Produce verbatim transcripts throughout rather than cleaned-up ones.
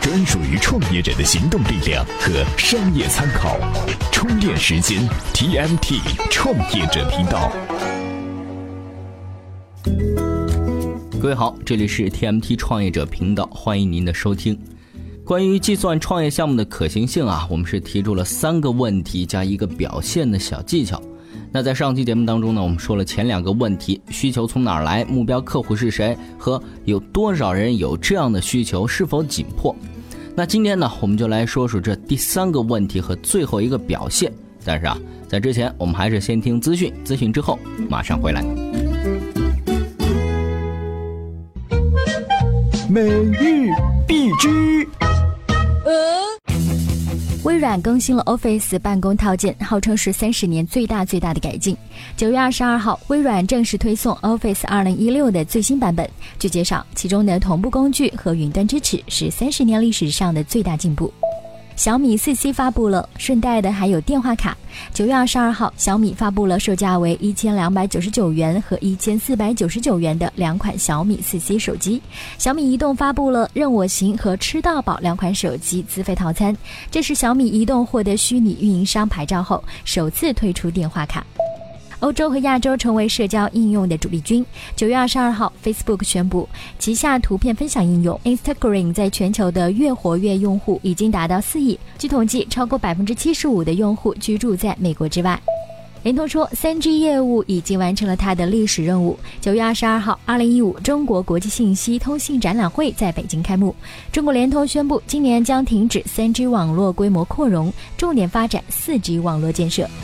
专属于创业者的行动力量和商业参考。充电时间 T M T 创业者频道。 各位好，这里是 T M T 创业者频道，欢迎您的收听。关于计算创业项目的可行性啊，我们是提出了三个问题加一个表现的小技巧。那在上期节目当中呢，我们说了前两个问题，需求从哪儿来，目标客户是谁，和有多少人有这样的需求，是否紧迫。那今天呢，我们就来说说这第三个问题和最后一个表现。但是啊，在之前我们还是先听资讯，资讯之后马上回来。 每日必知。 微软更新了 Office 办公套件，号称是三十年最大最大的改进。九月二十二号，微软正式推送 Office 二零一六的最新版本。据介绍，其中的同步工具和云端支持是三十年历史上的最大进步。小米 四 C 发布了，顺带的还有电话卡。九月二十二号，小米发布了售价为一千两百九十九元和一千四百九十九元的两款小米 四 C 手机。小米移动发布了任我行和吃到饱两款手机资费套餐，这是小米移动获得虚拟运营商牌照后首次推出电话卡。欧洲和亚洲成为社交应用的主力军。九月二十二号 ，Facebook 宣布旗下图片分享应用 Instagram 在全球的月活跃用户已经达到四亿。据统计，超过 百分之七十五 的用户居住在美国之外。联通说 三 G 业务已经完成了它的历史任务。九月二十二号，二零一五中国国际信息通信展览会在北京开幕。中国联通宣布，今年将停止 三 G 网络规模扩容，重点发展 四 G 网络建设。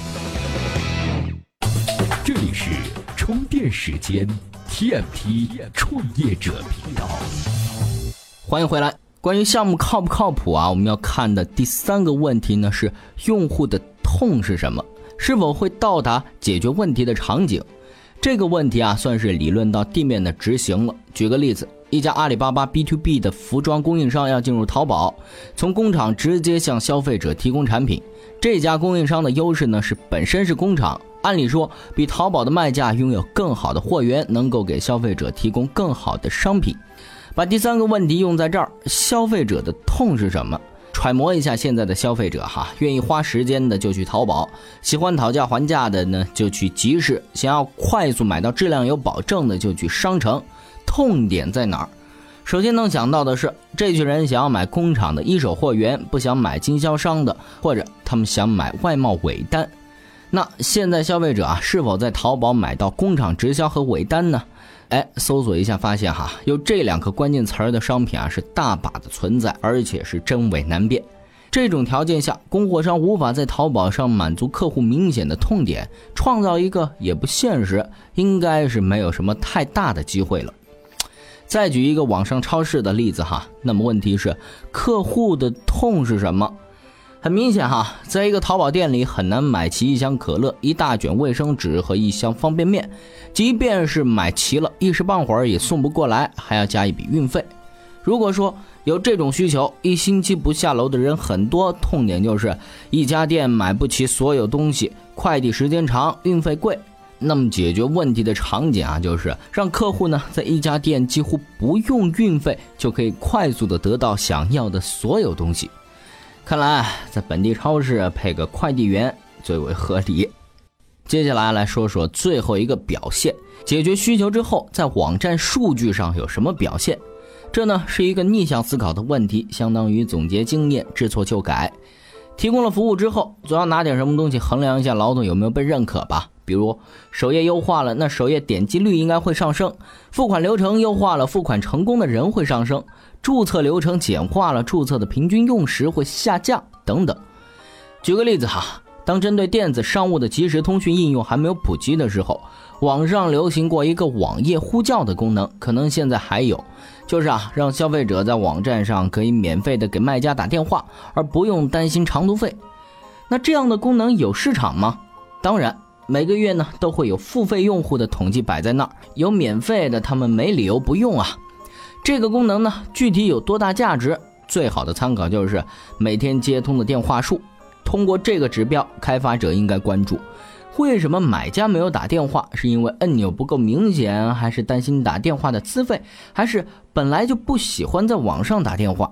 这里是充电时间 T M T 创业者频道。 欢迎回来。关于项目靠不靠谱啊，我们要看的第三个问题呢是用户的痛是什么，是否会到达解决问题的场景。这个问题啊算是理论到地面的执行了。举个例子，一家阿里巴巴 B to B 的服装供应商要进入淘宝，从工厂直接向消费者提供产品。这家供应商的优势呢是本身是工厂，按理说比淘宝的卖家拥有更好的货源，能够给消费者提供更好的商品。把第三个问题用在这儿，消费者的痛是什么？揣摩一下现在的消费者哈，愿意花时间的就去淘宝，喜欢讨价还价的呢就去集市，想要快速买到质量有保证的就去商城。痛点在哪儿？首先能想到的是，这群人想要买工厂的一手货源，不想买经销商的，或者他们想买外贸尾单。那现在消费者啊，是否在淘宝买到工厂直销和尾单呢？哎，搜索一下发现哈，有这两个关键词儿的商品啊是大把的存在，而且是真伪难辨。这种条件下，供货商无法在淘宝上满足客户明显的痛点，创造一个也不现实，应该是没有什么太大的机会了。再举一个网上超市的例子哈，那么问题是客户的痛是什么？很明显哈，在一个淘宝店里很难买齐一箱可乐、一大卷卫生纸和一箱方便面，即便是买齐了，一时半会儿也送不过来，还要加一笔运费。如果说有这种需求，一星期不下楼的人很多，痛点就是一家店买不齐所有东西，快递时间长，运费贵。那么解决问题的场景啊，就是让客户呢在一家店几乎不用运费就可以快速的得到想要的所有东西。看来在本地超市配个快递员最为合理。接下来来说说最后一个表现，解决需求之后在网站数据上有什么表现。这呢是一个逆向思考的问题，相当于总结经验，知错就改。提供了服务之后，总要拿点什么东西衡量一下劳动有没有被认可吧。比如首页优化了，那首页点击率应该会上升；付款流程优化了，付款成功的人会上升；注册流程简化了，注册的平均用时会下降等等。举个例子哈，当针对电子商务的即时通讯应用还没有普及的时候，网上流行过一个网页呼叫的功能，可能现在还有，就是啊，让消费者在网站上可以免费的给卖家打电话，而不用担心长途费。那这样的功能有市场吗？当然，每个月呢都会有付费用户的统计摆在那儿，有免费的他们没理由不用啊。这个功能呢具体有多大价值，最好的参考就是每天接通的电话数。通过这个指标，开发者应该关注为什么买家没有打电话，是因为按钮不够明显，还是担心打电话的资费，还是本来就不喜欢在网上打电话。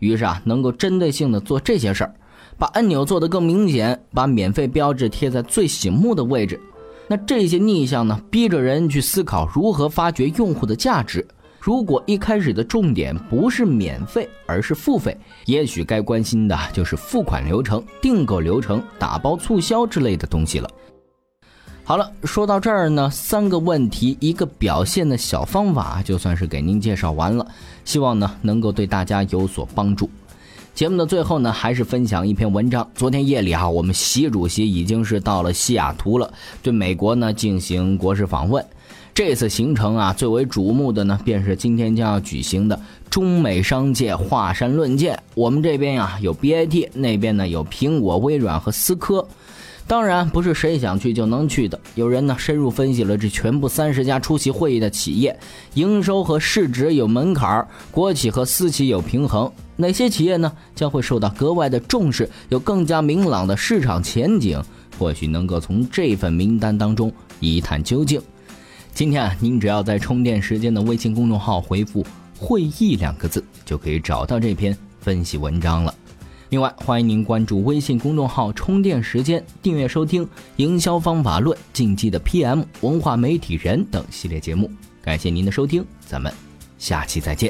于是啊，能够针对性的做这些事儿，把按钮做得更明显，把免费标志贴在最醒目的位置。那这些逆向呢，逼着人去思考如何发掘用户的价值。如果一开始的重点不是免费，而是付费，也许该关心的就是付款流程、订购流程、打包促销之类的东西了。好了，说到这儿呢，三个问题一个表现的小方法就算是给您介绍完了，希望呢能够对大家有所帮助。节目的最后呢，还是分享一篇文章。昨天夜里啊，我们习主席已经是到了西雅图了，对美国呢进行国事访问。这次行程啊，最为瞩目的呢，便是今天将要举行的中美商界华山论剑。我们这边啊有 B A T， 那边呢有苹果、微软和思科。当然不是谁想去就能去的，有人呢深入分析了这全部三十家出席会议的企业，营收和市值有门槛，国企和私企有平衡，哪些企业呢将会受到格外的重视，有更加明朗的市场前景，或许能够从这份名单当中一探究竟。今天啊，您只要在充电时间的微信公众号回复会议两个字，就可以找到这篇分析文章了。另外，欢迎您关注微信公众号充电时间，订阅收听营销方法论、竞技的 P M、 文化媒体人等系列节目。感谢您的收听，咱们下期再见。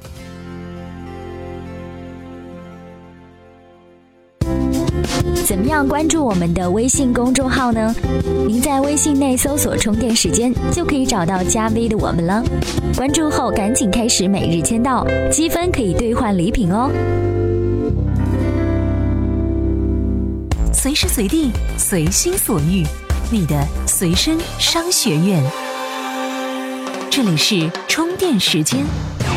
怎么样关注我们的微信公众号呢？您在微信内搜索充电时间，就可以找到加 V 的我们了。关注后赶紧开始每日签到，积分可以兑换礼品哦。 随时随地，随心所欲，你的随身商学院。这里是充电时间。